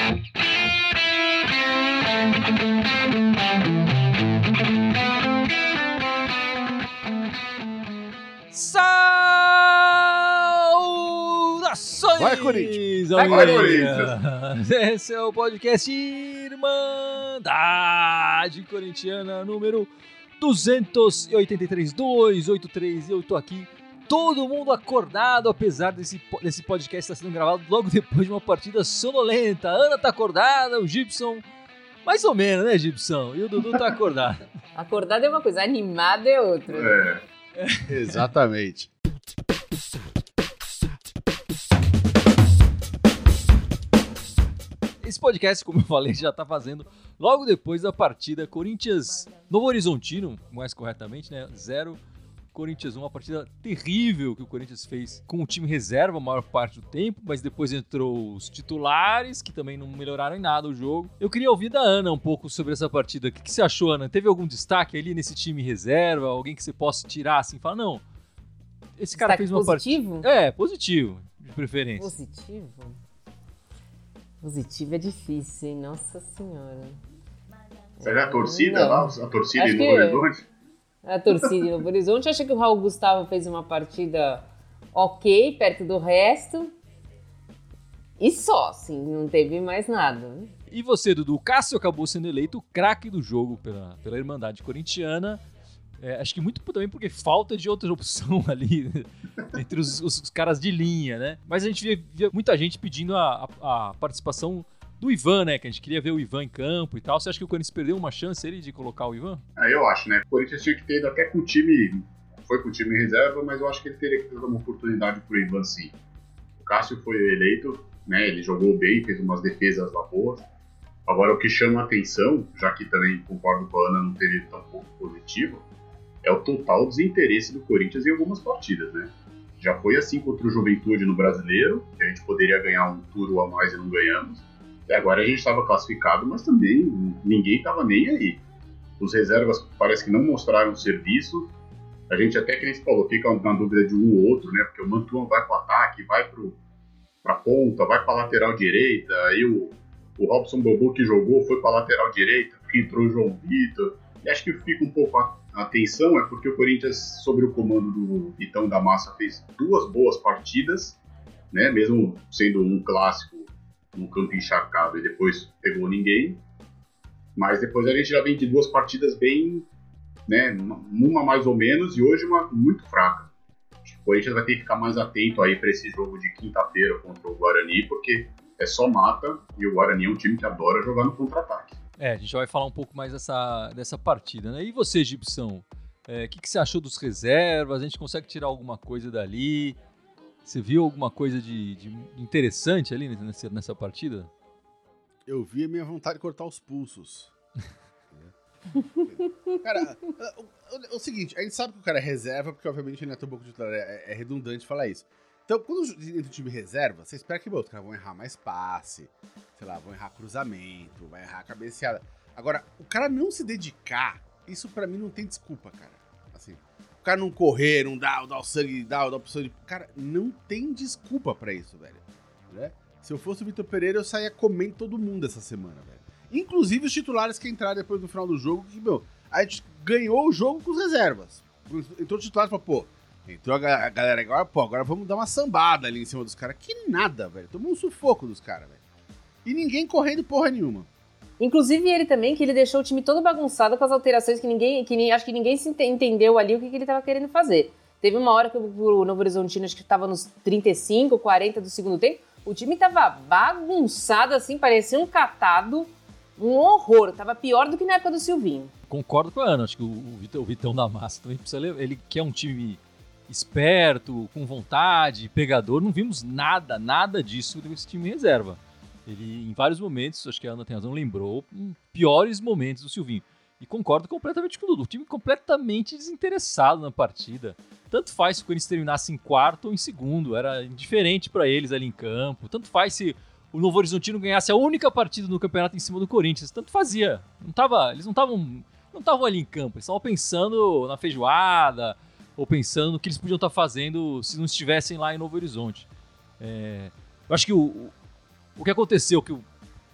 Saudações! Vai, Corinthians! Vai, Corinthians! Esse é o podcast Irmandade Corintiana número 283, 283, e eu tô aqui, todo mundo acordado, apesar desse podcast estar sendo gravado logo depois de uma partida sonolenta. A Ana tá acordada, o Gibson, mais ou menos, né, Gibson? E o Dudu tá acordado. Acordado é uma coisa, animado é outra. Exatamente. Esse podcast, como eu falei, já tá fazendo logo depois da partida Corinthians Novo Horizontino, mais corretamente, né? 0, Corinthians 1, uma partida terrível que o Corinthians fez com o time reserva a maior parte do tempo, mas depois entrou os titulares, que também não melhoraram em nada o jogo. Eu queria ouvir da Ana um pouco sobre essa partida. O que você achou, Ana? Teve algum destaque ali nesse time reserva? Alguém que você possa tirar assim e falar, não, esse cara destaque fez uma positivo? partida... É, positivo, de preferência. Positivo? Positivo é difícil, hein? Nossa Senhora. Será a torcida Não. lá? A torcida Acho em que- Novo Horizonte? A torcida em Novo Horizonte, acho que o Raul Gustavo fez uma partida ok, perto do resto. E só, assim, não teve mais nada. E você, Dudu? O Cássio acabou sendo eleito o craque do jogo pela Irmandade Corintiana. Acho que muito também porque falta de outra opção ali entre os caras de linha, né? Mas a gente via muita gente pedindo a participação do Ivan, né? Que a gente queria ver o Ivan em campo e tal. Você acha que o Corinthians perdeu uma chance ali de colocar o Ivan? Eu acho, né? O Corinthians tinha que ter ido até com o time. Foi com o time em reserva, mas eu acho que ele teria que ter uma oportunidade pro Ivan, sim. O Cássio foi eleito, né? Ele jogou bem, fez umas defesas lá boas. Agora, o que chama a atenção, já que também concordo com a Ana, não teve tão pouco positivo, é o total desinteresse do Corinthians em algumas partidas, né? Já foi assim contra o Juventude no Brasileiro, que a gente poderia ganhar um turno a mais e não ganhamos. E agora a gente estava classificado, mas também ninguém estava nem aí. Os reservas parece que não mostraram serviço. A gente até, que nem se falou, fica na dúvida de um ou outro, né? Porque o Mantuan vai para o ataque, vai para a ponta, vai para a lateral direita. Aí o Robson Bobo que jogou foi para a lateral direita, porque entrou o João Vitor. E acho que fica um pouco a atenção, é porque o Corinthians, sob o comando do Vitão da Massa, fez 2 boas partidas, né? Mesmo sendo um clássico no campo encharcado e depois pegou ninguém. Mas depois a gente já vem de 2 partidas bem, né? Uma mais ou menos e hoje uma muito fraca. Acho que o Corinthians vai ter que ficar mais atento aí para esse jogo de quinta-feira contra o Guarani, porque é só mata e o Guarani é um time que adora jogar no contra-ataque. A gente vai falar um pouco mais dessa partida, né? E você, Gibson? O que você achou dos reservas? A gente consegue tirar alguma coisa dali? Você viu alguma coisa de interessante ali nessa partida? Eu vi a minha vontade de cortar os pulsos. Cara, o seguinte, a gente sabe que o cara é reserva, porque obviamente ele não é tão pouco de titular, é redundante falar isso. Então, quando entra o time reserva, você espera que os caras vão errar mais passe, sei lá, vão errar cruzamento, vai errar cabeceada. Agora, o cara não se dedicar, isso pra mim não tem desculpa, cara. Assim, o cara não correr, não dar o sangue, dar a opção de... Cara, não tem desculpa pra isso, velho. Né? Se eu fosse o Vitor Pereira, eu saía comendo todo mundo essa semana, velho. Inclusive os titulares que entraram depois no final do jogo, que, a gente ganhou o jogo com os reservas. Entrou o titular e falou, entrou a galera agora vamos dar uma sambada ali em cima dos caras. Que nada, velho. Tomou um sufoco dos caras, velho. E ninguém correndo porra nenhuma. Inclusive ele também, que ele deixou o time todo bagunçado com as alterações que acho que ninguém se entendeu ali o que ele tava querendo fazer. Teve uma hora que o Novo Horizontino, acho que tava nos 35, 40 do segundo tempo, o time tava bagunçado assim, parecia um catado, um horror. Tava pior do que na época do Silvinho. Concordo com a Ana, acho que o Vitão da Massa também precisa levar. Ele quer um time esperto, com vontade, pegador. Não vimos nada disso nesse time reserva. Ele, em vários momentos, acho que a Ana tem razão, lembrou piores momentos do Silvinho. E concordo completamente com o Dudu. O time completamente desinteressado na partida. Tanto faz se o Corinthians terminasse em quarto ou em segundo. Era indiferente para eles ali em campo. Tanto faz se o Novo Horizontino ganhasse a única partida no campeonato em cima do Corinthians. Tanto fazia. Eles não estavam ali em campo. Eles estavam pensando na feijoada ou pensando no que eles podiam estar fazendo se não estivessem lá em Novo Horizonte. Eu acho que o que aconteceu, que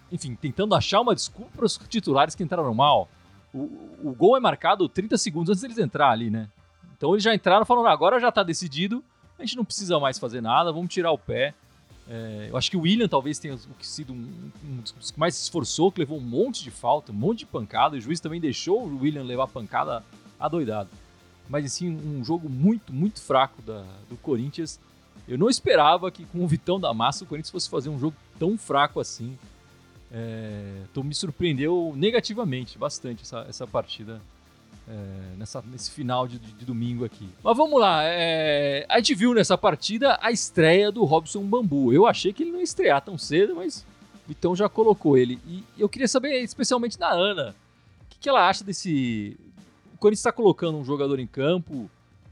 enfim, tentando achar uma desculpa para os titulares que entraram mal. O gol é marcado 30 segundos antes deles entrar ali, né? Então eles já entraram falando, agora já tá decidido, a gente não precisa mais fazer nada, vamos tirar o pé. Eu acho que o William talvez tenha sido um dos que mais se esforçou, que levou um monte de falta, um monte de pancada, e o juiz também deixou o William levar pancada adoidado. Mas assim, um jogo muito, muito fraco do Corinthians. Eu não esperava que com o Vitão da Massa o Corinthians fosse fazer um jogo tão fraco assim. Então me surpreendeu negativamente bastante essa partida nesse final de domingo aqui. Mas vamos lá, a gente viu nessa partida a estreia do Robson Bambu. Eu achei que ele não ia estrear tão cedo, mas o Vitão já colocou ele. E eu queria saber, especialmente da Ana, o que ela acha desse... O Corinthians está colocando um jogador em campo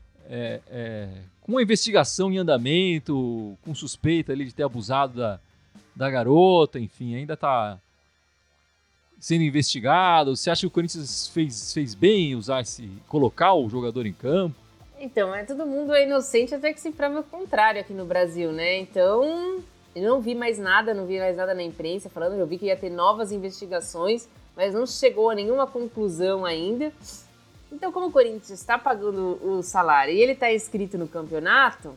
com uma investigação em andamento, com suspeita ali de ter abusado da garota, enfim, ainda está sendo investigado. Você acha que o Corinthians fez bem em colocar o jogador em campo? Então, todo mundo é inocente até que se prove o contrário aqui no Brasil, né? Então, eu não vi mais nada na imprensa falando, eu vi que ia ter novas investigações, mas não chegou a nenhuma conclusão ainda. Então, como o Corinthians está pagando o salário e ele está inscrito no campeonato,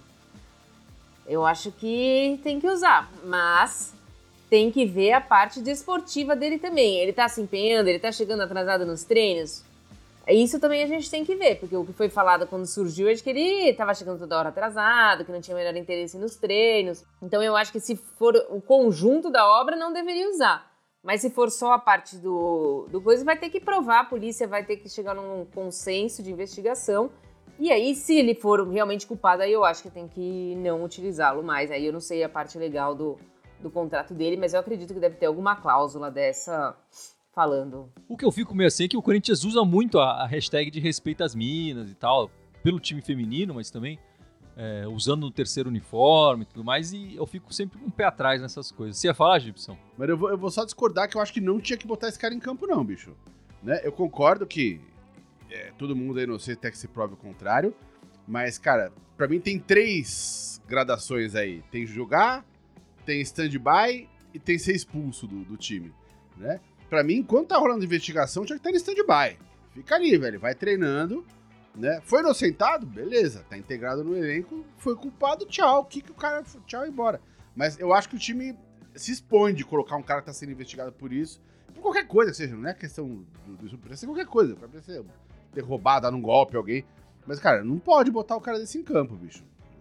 eu acho que tem que usar, mas tem que ver a parte desportiva dele também. Ele tá se empenhando, ele tá chegando atrasado nos treinos. Isso também a gente tem que ver, porque o que foi falado quando surgiu é de que ele estava chegando toda hora atrasado, que não tinha o menor interesse nos treinos. Então eu acho que se for o conjunto da obra, não deveria usar. Mas se for só a parte do coisa, vai ter que provar, a polícia vai ter que chegar num consenso de investigação. E aí, se ele for realmente culpado, aí eu acho que tem que não utilizá-lo mais. Aí eu não sei a parte legal do contrato dele, mas eu acredito que deve ter alguma cláusula dessa falando. O que eu fico meio assim é que o Corinthians usa muito a hashtag de respeito às minas e tal, pelo time feminino, mas também usando no terceiro uniforme e tudo mais, e eu fico sempre com um pé atrás nessas coisas. Você ia falar, Gibson? Mas eu vou só discordar que eu acho que não tinha que botar esse cara em campo não, bicho. Né? Eu concordo que todo mundo é inocente até que se prove o contrário, mas, cara, pra mim tem 3 gradações aí. Tem jogar, tem stand-by e tem ser expulso do time, né? Pra mim, enquanto tá rolando investigação, tinha que estar no stand-by. Fica ali, velho, vai treinando, né? Foi inocentado? Beleza, tá integrado no elenco, foi culpado, tchau. O cara, tchau e embora. Mas eu acho que o time se expõe de colocar um cara que tá sendo investigado por isso, por qualquer coisa que seja, não é questão do pode ser qualquer coisa, pode ser ter roubado, dar um golpe a alguém. Mas, cara, não pode botar o cara desse em campo, bicho.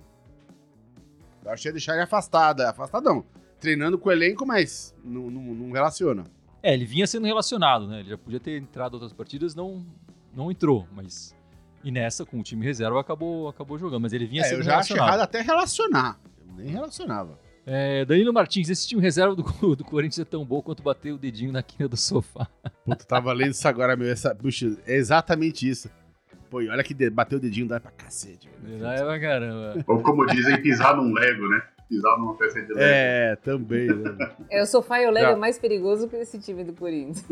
Eu achei deixar ele afastadão. Treinando com o elenco, mas não relaciona. Ele vinha sendo relacionado, né? Ele já podia ter entrado em outras partidas, não entrou, mas... E nessa, com o time reserva, acabou jogando, mas ele vinha sendo relacionado. Eu já acho errado até relacionar. Eu nem relacionava. Danilo Martins, esse time reserva do Corinthians é tão bom quanto bater o dedinho na quina do sofá. Puta, tava lendo isso agora, meu. Puxa, é exatamente isso. Pô, e olha que bateu o dedinho, dá pra cacete. Dá pra caramba. Ou como dizem, pisar num Lego, né? Pisar numa peça de Lego. Também, né? O sofá e o Lego é mais perigoso que esse time do Corinthians.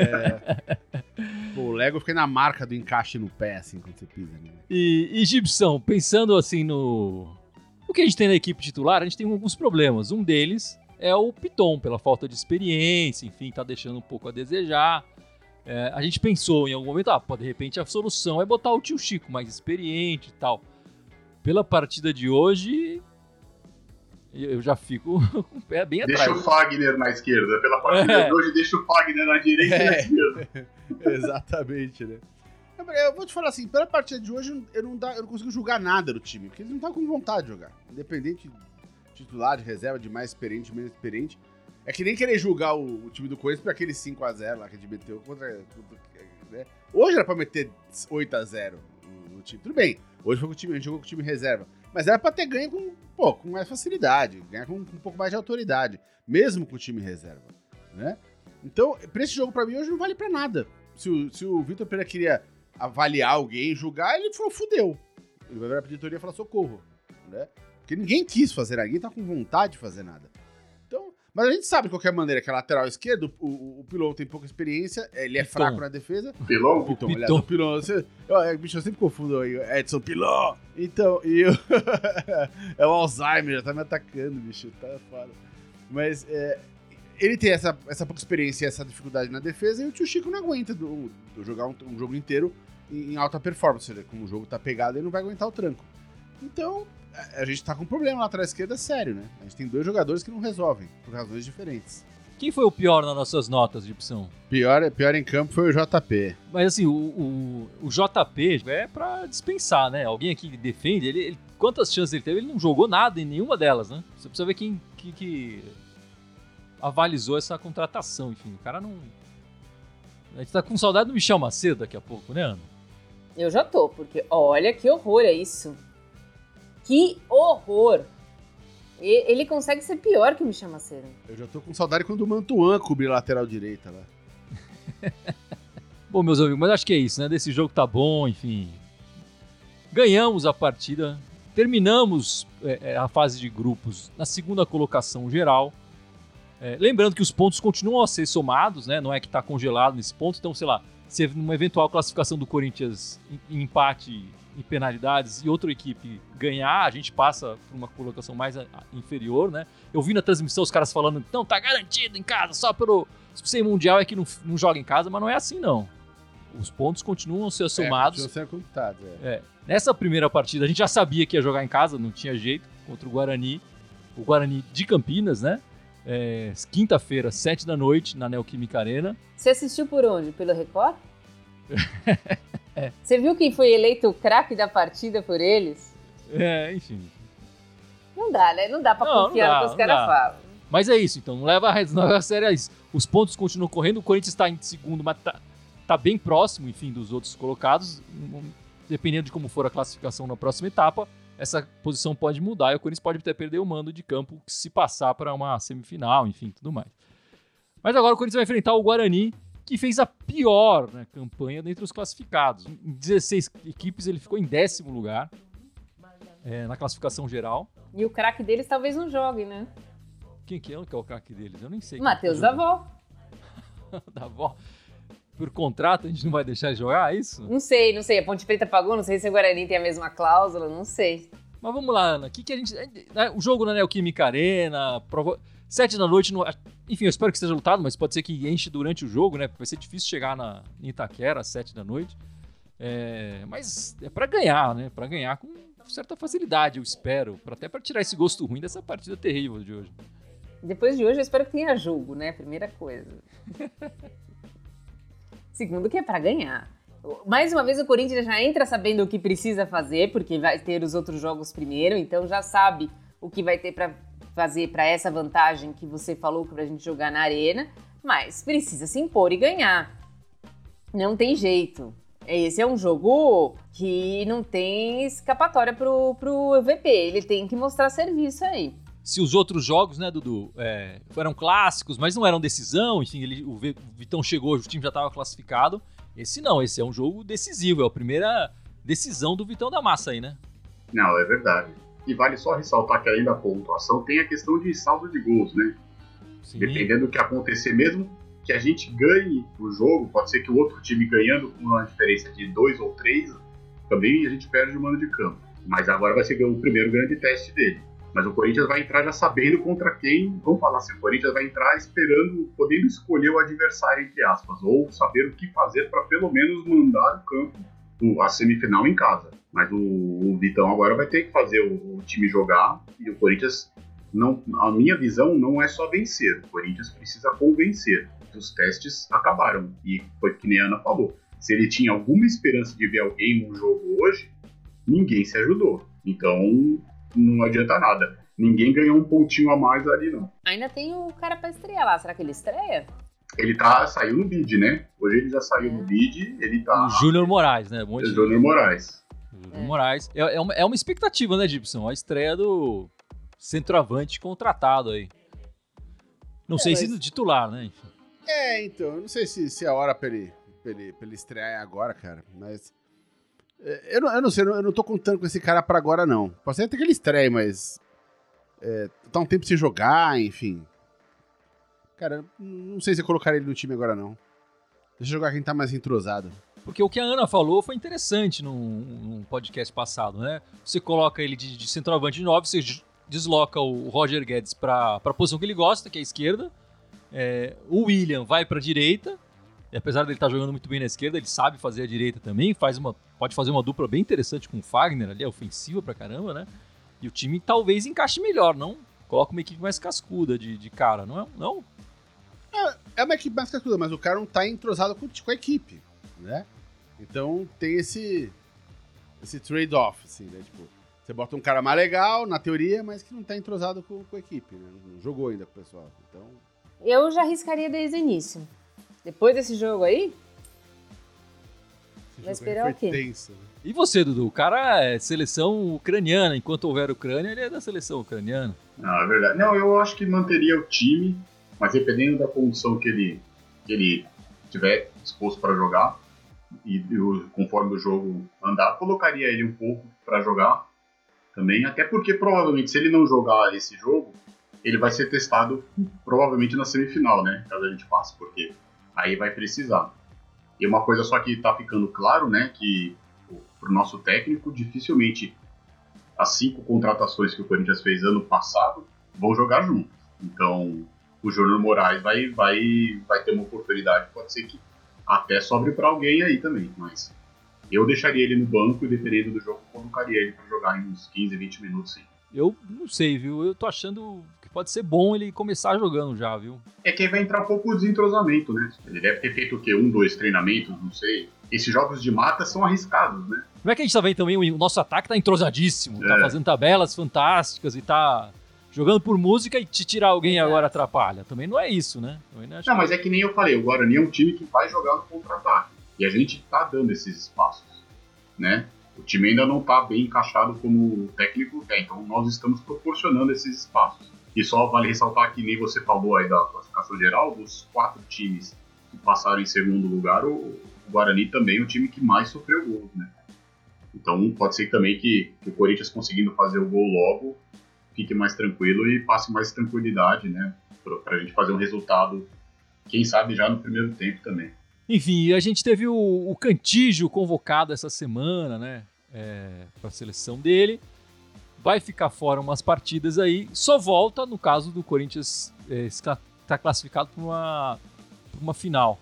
Pô, o Lego fica na marca do encaixe no pé, assim, quando você pisa. Né? E Gibson, pensando assim no que a gente tem na equipe titular, a gente tem alguns problemas. Um deles é o Piton, pela falta de experiência, enfim, tá deixando um pouco a desejar. A gente pensou em algum momento, de repente a solução é botar o tio Chico mais experiente e tal. Pela partida de hoje, eu já fico com o pé bem atrás. Deixa o Fagner na esquerda. Pela partida de hoje, deixa o Fagner na direita e na esquerda. Exatamente, né? Eu vou te falar assim, pela partida de hoje, eu não consigo julgar nada do time, porque eles não estavam com vontade de jogar. Independente de titular, de reserva, de mais experiente, menos experiente. É que nem querer julgar o time do Corinthians por aquele 5x0 lá que a gente meteu contra... Né? Hoje era pra meter 8x0 no time. Tudo bem, hoje a gente jogou com o time reserva. Mas era pra ter ganho com mais facilidade, ganhar com um pouco mais de autoridade, mesmo com o time reserva, né? Então, pra esse jogo, pra mim, hoje não vale pra nada. Se o Vitor Pereira queria avaliar alguém, julgar, ele falou, fudeu. Ele vai virar pra diretoria e falar socorro, né? Porque ninguém quis fazer nada, ninguém tá com vontade de fazer nada. Então, mas a gente sabe de qualquer maneira que a lateral esquerda, o Pilon tem pouca experiência, ele é fraco na defesa. Pilon? O Pilon. Bicho, eu sempre confundo aí, Edson Pilon. Então, é o Alzheimer, já tá me atacando, bicho, tá foda. Mas, ele tem essa pouca experiência e essa dificuldade na defesa, e o Tio Chico não aguenta jogar um jogo inteiro em alta performance. Como o jogo tá pegado, ele não vai aguentar o tranco. Então, a gente tá com um problema lá atrás esquerda sério, né? A gente tem 2 jogadores que não resolvem, por razões diferentes. Quem foi o pior nas nossas notas de opção? Pior em campo foi o JP. Mas assim, o JP é pra dispensar, né? Alguém aqui que defende, ele quantas chances ele teve? Ele não jogou nada em nenhuma delas, né? Você precisa ver quem que avalizou essa contratação, enfim. O cara não... A gente tá com saudade do Michel Macedo daqui a pouco, né, Ana? Eu já tô, porque olha que horror é isso. Que horror! Ele consegue ser pior que o Michel Macedo. Eu já tô com saudade quando o Mantuan cobriu a lateral direita lá. Bom, meus amigos, mas acho que é isso, né? Desse jogo tá bom, enfim. Ganhamos a partida, terminamos a fase de grupos na segunda colocação geral. Lembrando que os pontos continuam a ser somados, né? Não é que tá congelado nesse ponto. Então, sei lá, se numa eventual classificação do Corinthians em empate em penalidades e outra equipe ganhar, a gente passa por uma colocação mais inferior, né? Eu vi na transmissão os caras falando, não, tá garantido em casa, só pelo ser mundial é que não joga em casa, mas não é assim, não. Os pontos continuam a ser somados. Continuam sendo computados, Nessa primeira partida, a gente já sabia que ia jogar em casa, não tinha jeito, contra o Guarani de Campinas, né? Quinta-feira, 7 da noite, na Neoquímica Arena. Você assistiu por onde? Pelo Record? Você viu quem foi eleito o craque da partida por eles? Enfim. Não dá, né? Não dá pra confiar no que os caras falam. Mas é isso, então. Não leva a sério isso. Os pontos continuam correndo. O Corinthians está em segundo, mas tá bem próximo, enfim, dos outros colocados. Dependendo de como for a classificação na próxima etapa, essa posição pode mudar e o Corinthians pode até perder o mando de campo se passar para uma semifinal, enfim, tudo mais. Mas agora o Corinthians vai enfrentar o Guarani, que fez a pior, né, campanha dentre os classificados. Em 16 equipes, ele ficou em 10º lugar na classificação geral. E o craque deles talvez não jogue, né? Quem que é o craque deles? Eu nem sei. Matheus Davó. Davó. Por contrato, a gente não vai deixar ele jogar, é isso? Não sei. A Ponte Preta pagou, não sei se o Guarani tem a mesma cláusula, não sei. Mas vamos lá, Ana. Que a gente... O jogo na Neoquímica Arena, 7 da noite... Enfim, eu espero que esteja lotado, mas pode ser que enche durante o jogo, né? Vai ser difícil chegar em Itaquera às 7 da noite. Mas é pra ganhar, né? Pra ganhar com certa facilidade, eu espero. Até pra tirar esse gosto ruim dessa partida terrível de hoje. Depois de hoje, eu espero que tenha jogo, né? Primeira coisa. Segundo, que é pra ganhar. Mais uma vez, o Corinthians já entra sabendo o que precisa fazer, porque vai ter os outros jogos primeiro, então já sabe o que vai ter pra fazer para essa vantagem que você falou pra gente jogar na arena, mas precisa se impor e ganhar. Não tem jeito. Esse é um jogo que não tem escapatória pro VP, ele tem que mostrar serviço aí. Se os outros jogos, né, Dudu, eram clássicos, mas não eram decisão, enfim, o Vitão chegou, o time já estava classificado. Esse não, esse é um jogo decisivo, é a primeira decisão do Vitão da Massa aí, né? Não, é verdade. E vale só ressaltar que além da pontuação, tem a questão de saldo de gols, né? Sim. Dependendo do que acontecer, mesmo que a gente ganhe o jogo, pode ser que o outro time ganhando com uma diferença de 2 ou 3, também a gente perde o mando de campo. Mas agora vai ser o primeiro grande teste dele. Mas o Corinthians vai entrar já sabendo contra quem, vamos falar assim, o Corinthians vai entrar esperando, podendo escolher o adversário, entre aspas, ou saber o que fazer para pelo menos mandar o campo, a semifinal em casa. Mas o Vitão agora vai ter que fazer o time jogar e o Corinthians, a minha visão não é só vencer, o Corinthians precisa convencer. Os testes acabaram e foi que nem a Ana falou. Se ele tinha alguma esperança de ver alguém no jogo hoje, ninguém se ajudou. Então não adianta nada. Ninguém ganhou um pontinho a mais ali, não. Ainda tem o cara pra estrear lá. Será que ele estreia? Ele saiu no bid, né? Hoje ele já saiu no bid, ele tá... O Júnior Moraes, né? Júnior Moraes. Moraes. É uma expectativa, né, Gibson? A estreia do centroavante contratado aí. Não sei se do titular, né? Enfim. Então, eu não sei se é a hora pra ele estrear agora, cara, mas... Eu não sei, eu não tô contando com esse cara pra agora, não. Pode ser até que ele estreie, mas... tá um tempo sem jogar, enfim. Cara, não sei se eu colocaria ele no time agora, não. Deixa eu jogar quem tá mais entrosado. Porque o que a Ana falou foi interessante num podcast passado, né? Você coloca ele de centroavante de 9, você desloca o Roger Guedes pra posição que ele gosta, que é a esquerda, O William vai para a direita, e apesar dele estar jogando muito bem na esquerda, ele sabe fazer a direita também, pode fazer uma dupla bem interessante com o Fagner ali, é ofensiva pra caramba, né? E o time talvez encaixe melhor, não? Coloca uma equipe mais cascuda de cara, não é? Não? É uma equipe mais cascuda, mas o cara não tá entrosado com a equipe, né? Então tem esse trade-off, assim, né? Tipo, você bota um cara mais legal, na teoria, mas que não tá entrosado com a equipe, né? Não jogou ainda com o pessoal, então... Eu já arriscaria desde o início. Depois desse jogo aí, vai esperar o quê? Tenso, né? E você, Dudu? O cara é seleção ucraniana. Enquanto houver Ucrânia, ele é da seleção ucraniana. Não, é verdade. Não, eu acho que manteria o time, mas dependendo da condição que ele tiver disposto para jogar, e conforme o jogo andar, colocaria ele um pouco para jogar também. Até porque, provavelmente, se ele não jogar esse jogo, ele vai ser testado provavelmente na semifinal, né? Caso a gente passe, porque aí vai precisar. E uma coisa só que tá ficando claro, né? Que pro nosso técnico, dificilmente as 5 contratações que o Corinthians fez ano passado vão jogar juntos. Então, o Júnior Moraes vai ter uma oportunidade, pode ser que até sobre para alguém aí também, mas eu deixaria ele no banco e, dependendo do jogo, colocaria ele para jogar em uns 15, 20 minutos, sim. Eu não sei, viu? Eu tô achando que pode ser bom ele começar jogando já, viu? É que aí vai entrar um pouco o desentrosamento, né? Ele deve ter feito o quê? 1, 2 treinamentos, não sei. Esses jogos de mata são arriscados, né? Como é que a gente tá vendo também? O nosso ataque tá entrosadíssimo, tá fazendo tabelas fantásticas e tá jogando por música, e te tirar alguém agora atrapalha. Também não é isso, né? Não, mas é que nem eu falei, o Guarani é um time que vai jogar no contra-ataque. E a gente tá dando esses espaços, né? O time ainda não tá bem encaixado como o técnico quer, então nós estamos proporcionando esses espaços. E só vale ressaltar que nem você falou aí da classificação geral, dos 4 times que passaram em segundo lugar, o Guarani também é o time que mais sofreu gols, né? Então pode ser também que o Corinthians, conseguindo fazer o gol logo, fique mais tranquilo e passe mais tranquilidade, né? Pra gente fazer um resultado, quem sabe já no primeiro tempo também. Enfim, a gente teve o Cantígio convocado essa semana, né? Para a seleção dele. Vai ficar fora umas partidas aí. Só volta no caso do Corinthians está classificado para uma final.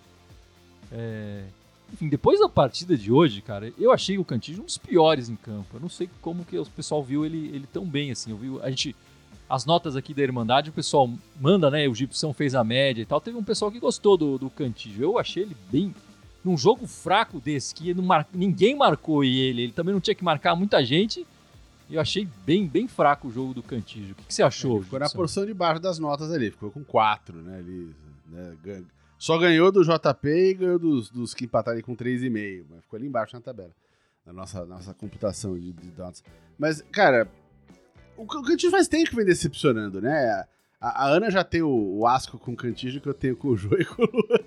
Enfim, depois da partida de hoje, cara, eu achei o Cantígio um dos piores em campo. Eu não sei como que o pessoal viu ele tão bem assim. As notas aqui da Irmandade, o pessoal manda, né? O Gibson fez a média e tal. Teve um pessoal que gostou do Cantígio. Eu achei ele bem... Num jogo fraco desse, que ninguém marcou ele também não tinha que marcar muita gente. Eu achei bem, bem fraco o jogo do Cantígio. O que você achou, Ele ficou na porção de baixo das notas ali. Ficou com 4, né? Ele, né, só ganhou do JP e ganhou dos que empataram com 3,5. Mas ficou ali embaixo na tabela. Na nossa computação de notas. Mas, cara... O Cantígio faz tempo que vem decepcionando, né? A Ana já tem o asco com o Cantígio que eu tenho com o Jô e com o Luan.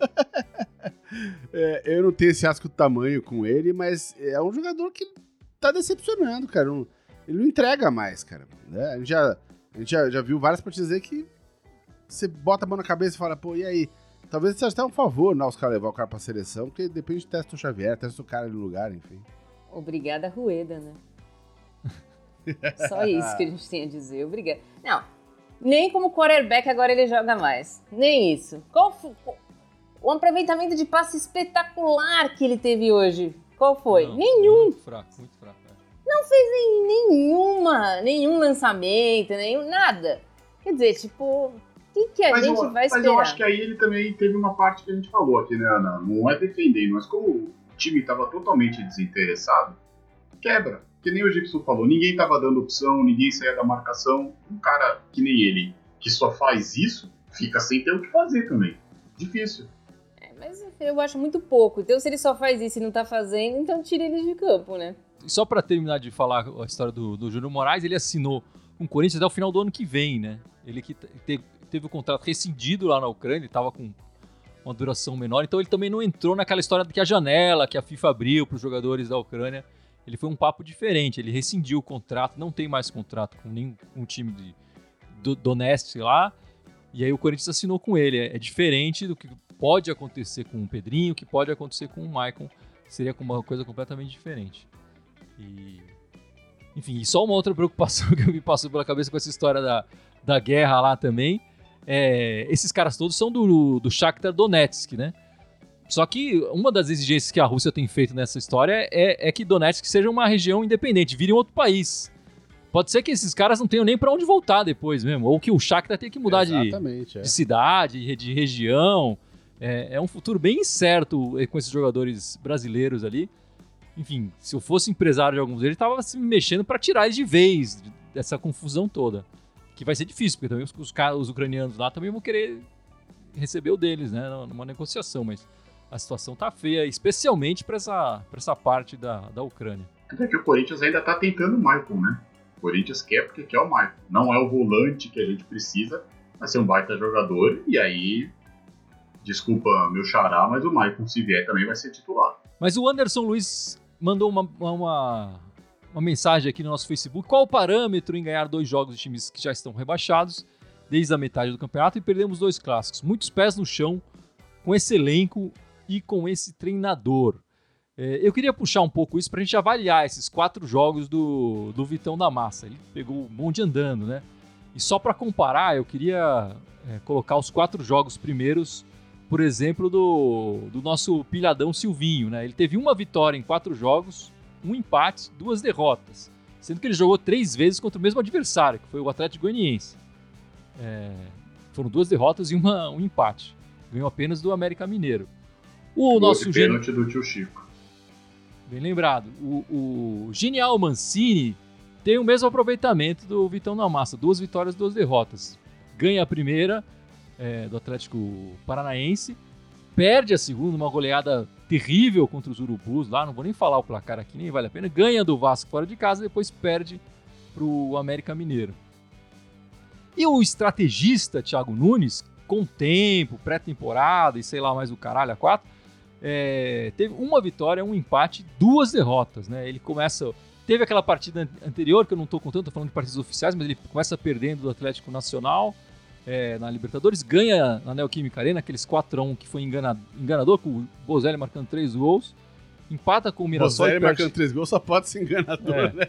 Eu não tenho esse asco do tamanho com ele, mas é um jogador que tá decepcionando, cara. Ele não entrega mais, cara. Né? A gente já viu várias partidas aí que você bota a mão na cabeça e fala, pô, e aí? Talvez seja até um favor, né, os caras levar o cara pra seleção, porque depende de testa o Xavier, testa o cara ali no lugar, enfim. Obrigada, Rueda, né? Só isso que a gente tem a dizer. Obrigada. Não, nem como quarterback agora ele joga mais. Nem isso. Qual foi o aproveitamento de passe espetacular que ele teve hoje? Qual foi? Não, nenhum. Muito fraco. Não fez nenhum lançamento, nada. Quer dizer, tipo, o que a gente vai esperar? Mas eu acho que aí ele também teve uma parte que a gente falou aqui, né, Ana? Não é defendendo, mas como o time estava totalmente desinteressado, quebra. Que nem o Gibson falou, ninguém estava dando opção, ninguém saía da marcação. Um cara que nem ele, que só faz isso, fica sem ter o que fazer também. Difícil. Mas eu acho muito pouco. Então, se ele só faz isso e não tá fazendo, então tira ele de campo, né? E só para terminar de falar a história do Júnior Moraes, ele assinou com o Corinthians até o final do ano que vem, né? Ele que teve o contrato rescindido lá na Ucrânia, ele estava com uma duração menor, então ele também não entrou naquela história de que a janela que a FIFA abriu para os jogadores da Ucrânia. Ele foi um papo diferente, ele rescindiu o contrato, não tem mais contrato com nenhum time do Donetsk lá, e aí o Corinthians assinou com ele. É diferente do que pode acontecer com o Pedrinho, o que pode acontecer com o Maicon, seria uma coisa completamente diferente. Enfim, e só uma outra preocupação que me passou pela cabeça com essa história da guerra lá também, esses caras todos são do Shakhtar Donetsk, né? Só que uma das exigências que a Rússia tem feito nessa história é que Donetsk seja uma região independente, vire um outro país. Pode ser que esses caras não tenham nem pra onde voltar depois mesmo, ou que o Shakhtar tenha que mudar de cidade, de região. É um futuro bem incerto com esses jogadores brasileiros ali. Enfim, se eu fosse empresário de alguns deles, ele estava se mexendo para tirar eles de vez dessa confusão toda. Que vai ser difícil, porque também os ucranianos lá também vão querer receber o deles, né, numa negociação, mas a situação tá feia, especialmente para essa parte da Ucrânia. É que o Corinthians ainda tá tentando o Maicon, né? O Corinthians quer porque quer o Maicon. Não é o volante que a gente precisa, vai ser um baita jogador, e aí, desculpa meu xará, mas o Maicon, se vier, também vai ser titular. Mas o Anderson Luiz mandou uma mensagem aqui no nosso Facebook. Qual o parâmetro em ganhar 2 jogos de times que já estão rebaixados desde a metade do campeonato e perdemos 2 clássicos? Muitos pés no chão com esse elenco e com esse treinador. Eu queria puxar um pouco isso para a gente avaliar esses 4 jogos do Vitão da Massa. Ele pegou o bonde andando, né? E só para comparar, eu queria colocar os 4 jogos primeiros, por exemplo, do nosso pilhadão Silvinho, né? Ele teve 1 vitória em 4 jogos, 1 empate, 2 derrotas, sendo que ele jogou 3 vezes contra o mesmo adversário, que foi o Atlético Goianiense. Foram 2 derrotas e um empate. Ganhou apenas do América Mineiro. O nosso pênalti do tio Chico. Bem lembrado. O genial Mancini tem o mesmo aproveitamento do Vitão da Massa. 2 vitórias, 2 derrotas. Ganha a primeira do Atlético Paranaense, perde a segunda, uma goleada terrível contra os Urubus lá, não vou nem falar o placar aqui, nem vale a pena. Ganha do Vasco fora de casa, depois perde pro América Mineiro. E o estrategista Thiago Nunes, com tempo, pré-temporada e sei lá mais o caralho a 4, teve 1 vitória, 1 empate, 2 derrotas, né? Ele teve aquela partida anterior, que eu não tô contando, tô falando de partidas oficiais, mas ele começa perdendo do Atlético Nacional na Libertadores, ganha na Neoquímica Arena, aqueles 4-1 que foi enganador, com o Bozelli marcando 3 gols, empata com o Mirassol. Bozelli marcando 3 gols só pode ser enganador, né?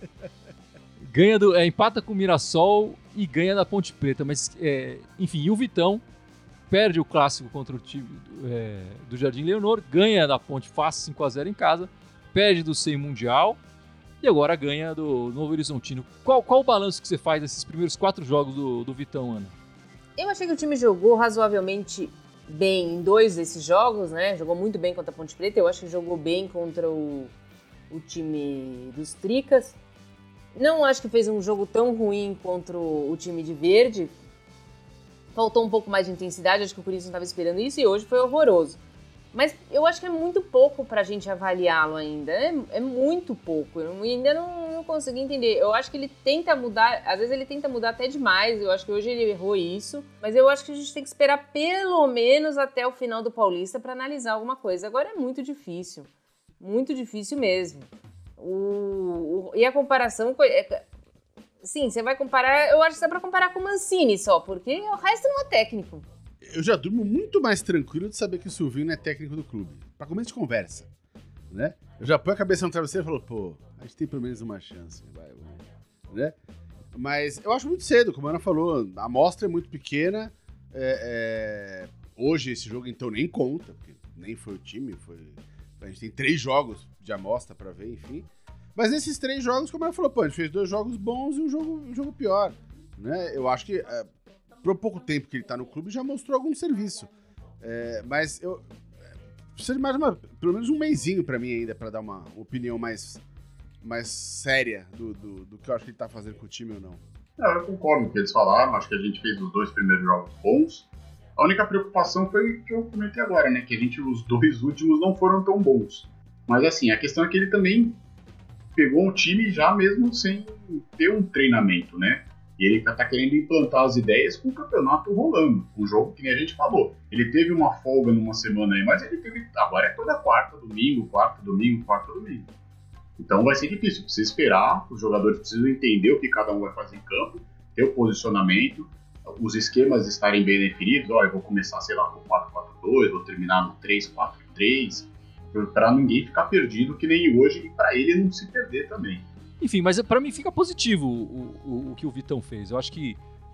Empata com o Mirassol e ganha da Ponte Preta, mas enfim, e o Vitão perde o clássico contra o time do Jardim Leonor, ganha da Ponte fácil 5-0 em casa, perde do SEI Mundial e agora ganha do Novo Horizontino. Qual o balanço que você faz desses primeiros 4 jogos do Vitão, Ana? Eu achei que o time jogou razoavelmente bem em 2 desses jogos, né? Jogou muito bem contra a Ponte Preta, eu acho que jogou bem contra o time dos Tricas. Não acho que fez um jogo tão ruim contra o time de Verde. Faltou um pouco mais de intensidade, acho que o Corinthians não estava esperando isso e hoje foi horroroso. Mas eu acho que é muito pouco pra gente avaliá-lo ainda. É muito pouco. Eu ainda não consegui entender. Eu acho que ele tenta mudar, às vezes ele tenta mudar até demais. Eu acho que hoje ele errou isso. Mas eu acho que a gente tem que esperar pelo menos até o final do Paulista pra analisar alguma coisa. Agora é muito difícil. Muito difícil mesmo. E a comparação... Sim, você vai comparar... Eu acho que dá pra comparar com o Mancini só, porque o resto não é técnico. Eu já durmo muito mais tranquilo de saber que o Silvinho não é técnico do clube. Pra começo de conversa, né? Eu já ponho a cabeça no travesseiro e falo, pô, a gente tem pelo menos uma chance, né? Mas eu acho muito cedo, como a Ana falou, a amostra é muito pequena. Hoje esse jogo então nem conta, porque nem foi o time, a gente tem 3 jogos de amostra pra ver, enfim. Mas nesses 3 jogos, como ela falou, pô, a gente fez 2 jogos bons e um jogo pior, né? Eu acho que por pouco tempo que ele tá no clube já mostrou algum serviço. Mas eu precisa de mais pelo menos um mesinho pra mim ainda, pra dar uma opinião mais séria do que eu acho que ele tá fazendo com o time ou não. Eu concordo com o que eles falaram, acho que a gente fez os 2 primeiros jogos bons. A única preocupação foi o que eu comentei agora, né? Que os 2 últimos não foram tão bons. Mas assim, a questão é que ele também pegou um time já mesmo sem ter um treinamento, né? E ele tá querendo implantar as ideias com o campeonato rolando. Um jogo que nem a gente falou. Ele teve uma folga numa semana aí, mas ele teve... Agora é toda quarta, domingo. Então vai ser difícil. Precisa esperar, os jogadores precisam entender o que cada um vai fazer em campo, ter o posicionamento, os esquemas estarem bem definidos. Eu vou começar, sei lá, com 4-4-2, vou terminar no 3-4-3, para ninguém ficar perdido que nem hoje e para ele não se perder também. Enfim, mas pra mim fica positivo o que o Vitão fez. Eu acho que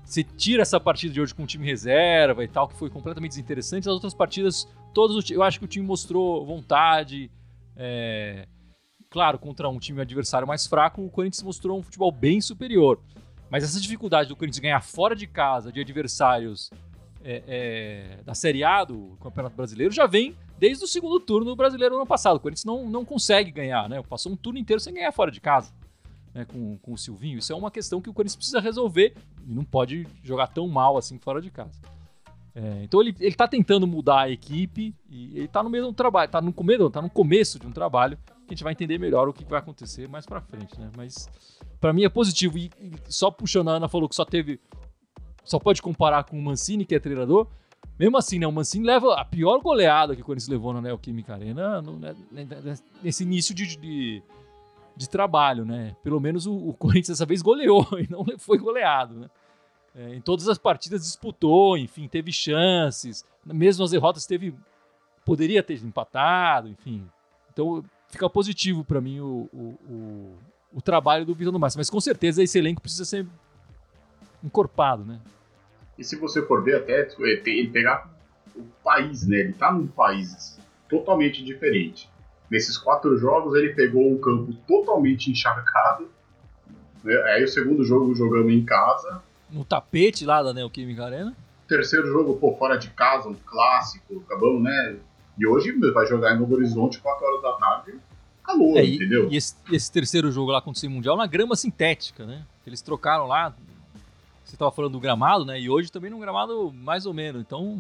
você tira essa partida de hoje com o time reserva e tal, que foi completamente desinteressante, as outras partidas, eu acho que o time mostrou vontade. Claro, contra um time adversário mais fraco, o Corinthians mostrou um futebol bem superior. Mas essa dificuldade do Corinthians ganhar fora de casa de adversários da Série A do Campeonato Brasileiro já vem desde o segundo turno do Brasileiro no ano passado. O Corinthians não consegue ganhar, né? Passou um turno inteiro sem ganhar fora de casa, né? Com o Silvinho. Isso é uma questão que o Corinthians precisa resolver e não pode jogar tão mal assim fora de casa. Então ele tá tentando mudar a equipe e ele tá no meio de um trabalho, tá no começo de um trabalho que a gente vai entender melhor o que vai acontecer mais pra frente, né? Mas pra mim é positivo. E só puxando, a Ana falou que só pode comparar com o Mancini, que é treinador. Mesmo assim, né? O Mancini leva a pior goleada que o Corinthians levou na Neoquímica Arena nesse início de trabalho, né? Pelo menos o Corinthians dessa vez goleou e não foi goleado, né? Em todas as partidas disputou, enfim, teve chances. Mesmo as derrotas poderia ter empatado, enfim. Então fica positivo para mim o trabalho do Vitor Márcio. Mas com certeza esse elenco precisa ser encorpado, né? E se você for ver até, ele pegar o país, né? Ele tá num país totalmente diferente. Nesses 4 jogos ele pegou um campo totalmente encharcado. Né? Aí o segundo jogo jogando em casa. No tapete lá da Neoquímica Arena. Terceiro jogo, fora de casa, um clássico, acabamos, né? E hoje vai jogar em Novo Horizonte 4 horas da tarde, calor, entendeu? E esse terceiro jogo lá contra o Mundial na grama sintética, né? Eles trocaram lá. Você estava falando do gramado, né? E hoje também num gramado mais ou menos. Então,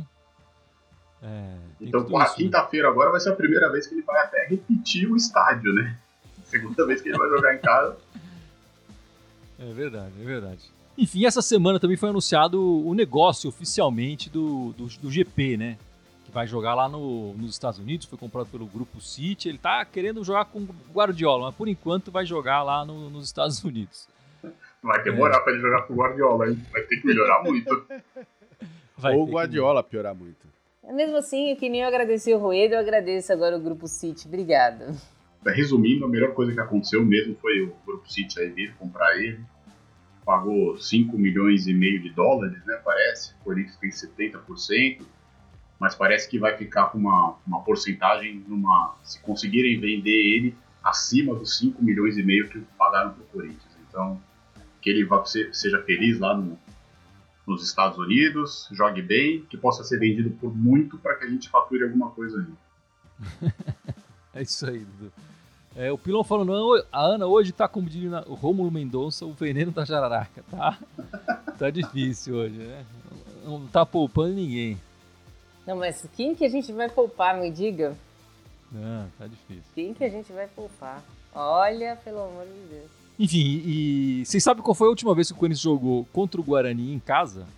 quinta-feira agora vai ser a primeira vez que ele vai até repetir o estádio, né? Segunda vez que ele vai jogar em casa. É verdade. Enfim, essa semana também foi anunciado o negócio oficialmente do GP, né? Que vai jogar lá nos Estados Unidos, foi comprado pelo Grupo City. Ele tá querendo jogar com o Guardiola, mas por enquanto vai jogar lá nos Estados Unidos. Vai demorar pra ele jogar com o Guardiola, hein? Vai ter que melhorar muito. Ou o Guardiola piorar muito. Mesmo assim, que nem eu agradeci o Rueda, eu agradeço agora o Grupo City. Obrigada. Resumindo, a melhor coisa que aconteceu mesmo foi o Grupo City aí vir comprar ele. Pagou 5 milhões e meio de dólares, né? Parece. O Corinthians tem 70%. Mas parece que vai ficar com uma porcentagem se conseguirem vender ele acima dos 5 milhões e meio que pagaram pro Corinthians. Então, que ele seja feliz lá nos Estados Unidos, jogue bem, que possa ser vendido por muito para que a gente fature alguma coisa aí. É isso aí, Dudu. O Pilão falando, a Ana hoje tá como diz o Rômulo Mendonça, o veneno da jararaca, tá? Tá difícil hoje, né? Não tá poupando ninguém. Não, mas quem que a gente vai poupar, me diga? Não, tá difícil. Quem que a gente vai poupar? Olha, pelo amor de Deus. Enfim, e vocês sabem qual foi a última vez que o Corinthians jogou contra o Guarani em casa?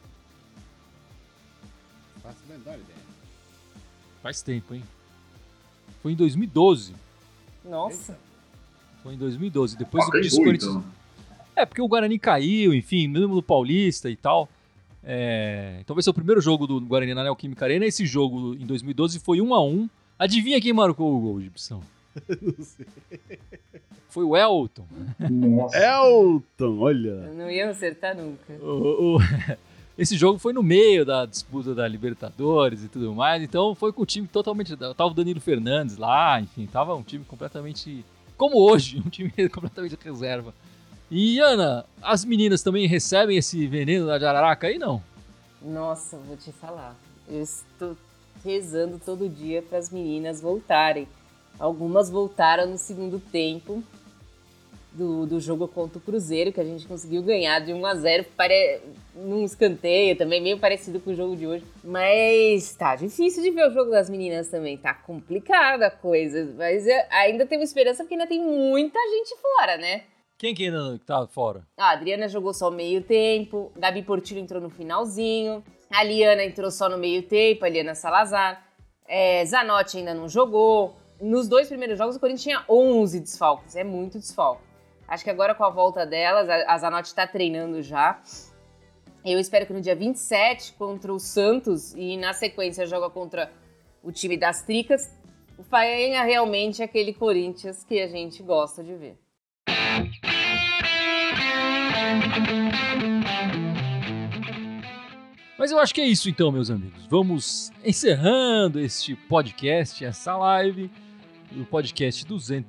Faço a menor ideia. Faz tempo, hein? Foi em 2012. Nossa. Foi em 2012. Depois do disso o Corinthians... Então. Porque o Guarani caiu, enfim, mesmo no Paulista e tal. Então vai ser o primeiro jogo do Guarani na Neoquímica Arena. Esse jogo em 2012 foi 1-1. Adivinha quem marcou o gol, Gibson? Não sei. Foi o Elton. Nossa. Elton, olha. Eu não ia acertar nunca. Esse jogo foi no meio da disputa da Libertadores e tudo mais, então foi com o time totalmente... Tava o Danilo Fernandes lá, enfim, tava um time completamente... Como hoje, um time completamente reserva. E, Ana, as meninas também recebem esse veneno da jararaca aí, não? Nossa, vou te falar. Eu estou rezando todo dia para as meninas voltarem. Algumas voltaram no segundo tempo do jogo contra o Cruzeiro, que a gente conseguiu ganhar de 1-0 num escanteio também, meio parecido com o jogo de hoje. Mas tá difícil de ver o jogo das meninas também, tá complicada a coisa. Mas ainda temos esperança porque ainda tem muita gente fora, né? Quem que ainda tá fora? A Adriana jogou só meio tempo, Gabi Portillo entrou no finalzinho, a Liana entrou só no meio tempo, a Liana Salazar, Zanotti ainda não jogou. Nos 2 primeiros jogos o Corinthians tinha 11 desfalques, é muito desfalque. Acho que agora com a volta delas, a Zanotti tá treinando já. Eu espero que no dia 27 contra o Santos e na sequência joga contra o time das Tricas, venha realmente aquele Corinthians que a gente gosta de ver. Mas eu acho que é isso então, meus amigos. Vamos encerrando este podcast, essa live, o podcast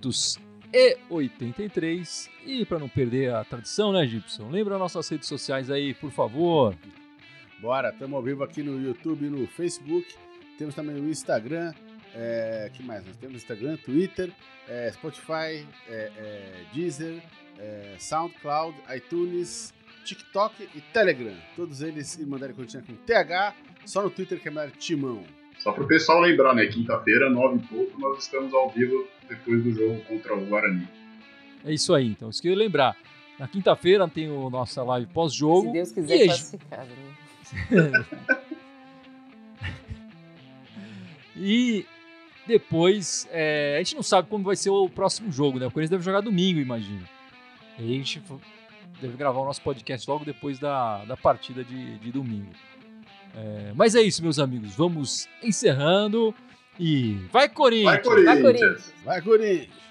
283. E para não perder a tradição, né, Gibson? Lembra nossas redes sociais aí, por favor. Bora, estamos ao vivo aqui no YouTube e no Facebook. Temos também o Instagram. Que mais? Nós temos Instagram, Twitter, Spotify, Deezer, SoundCloud, iTunes, TikTok e Telegram. Todos eles mandarem continha com TH, só no Twitter que é mais Timão. Só para o pessoal lembrar, né? Quinta-feira, 9 e pouco, nós estamos ao vivo depois do jogo contra o Guarani. É isso aí, então. Isso que eu ia lembrar. Na quinta-feira tem a nossa live pós-jogo. Se Deus quiser classificar, né? E depois, a gente não sabe como vai ser o próximo jogo, né? O Corinthians deve jogar domingo, imagino. E a gente deve gravar o nosso podcast logo depois da partida de domingo. Mas é isso, meus amigos. Vamos encerrando e vai, Corinthians! Vai, Corinthians! Vai, Corinthians!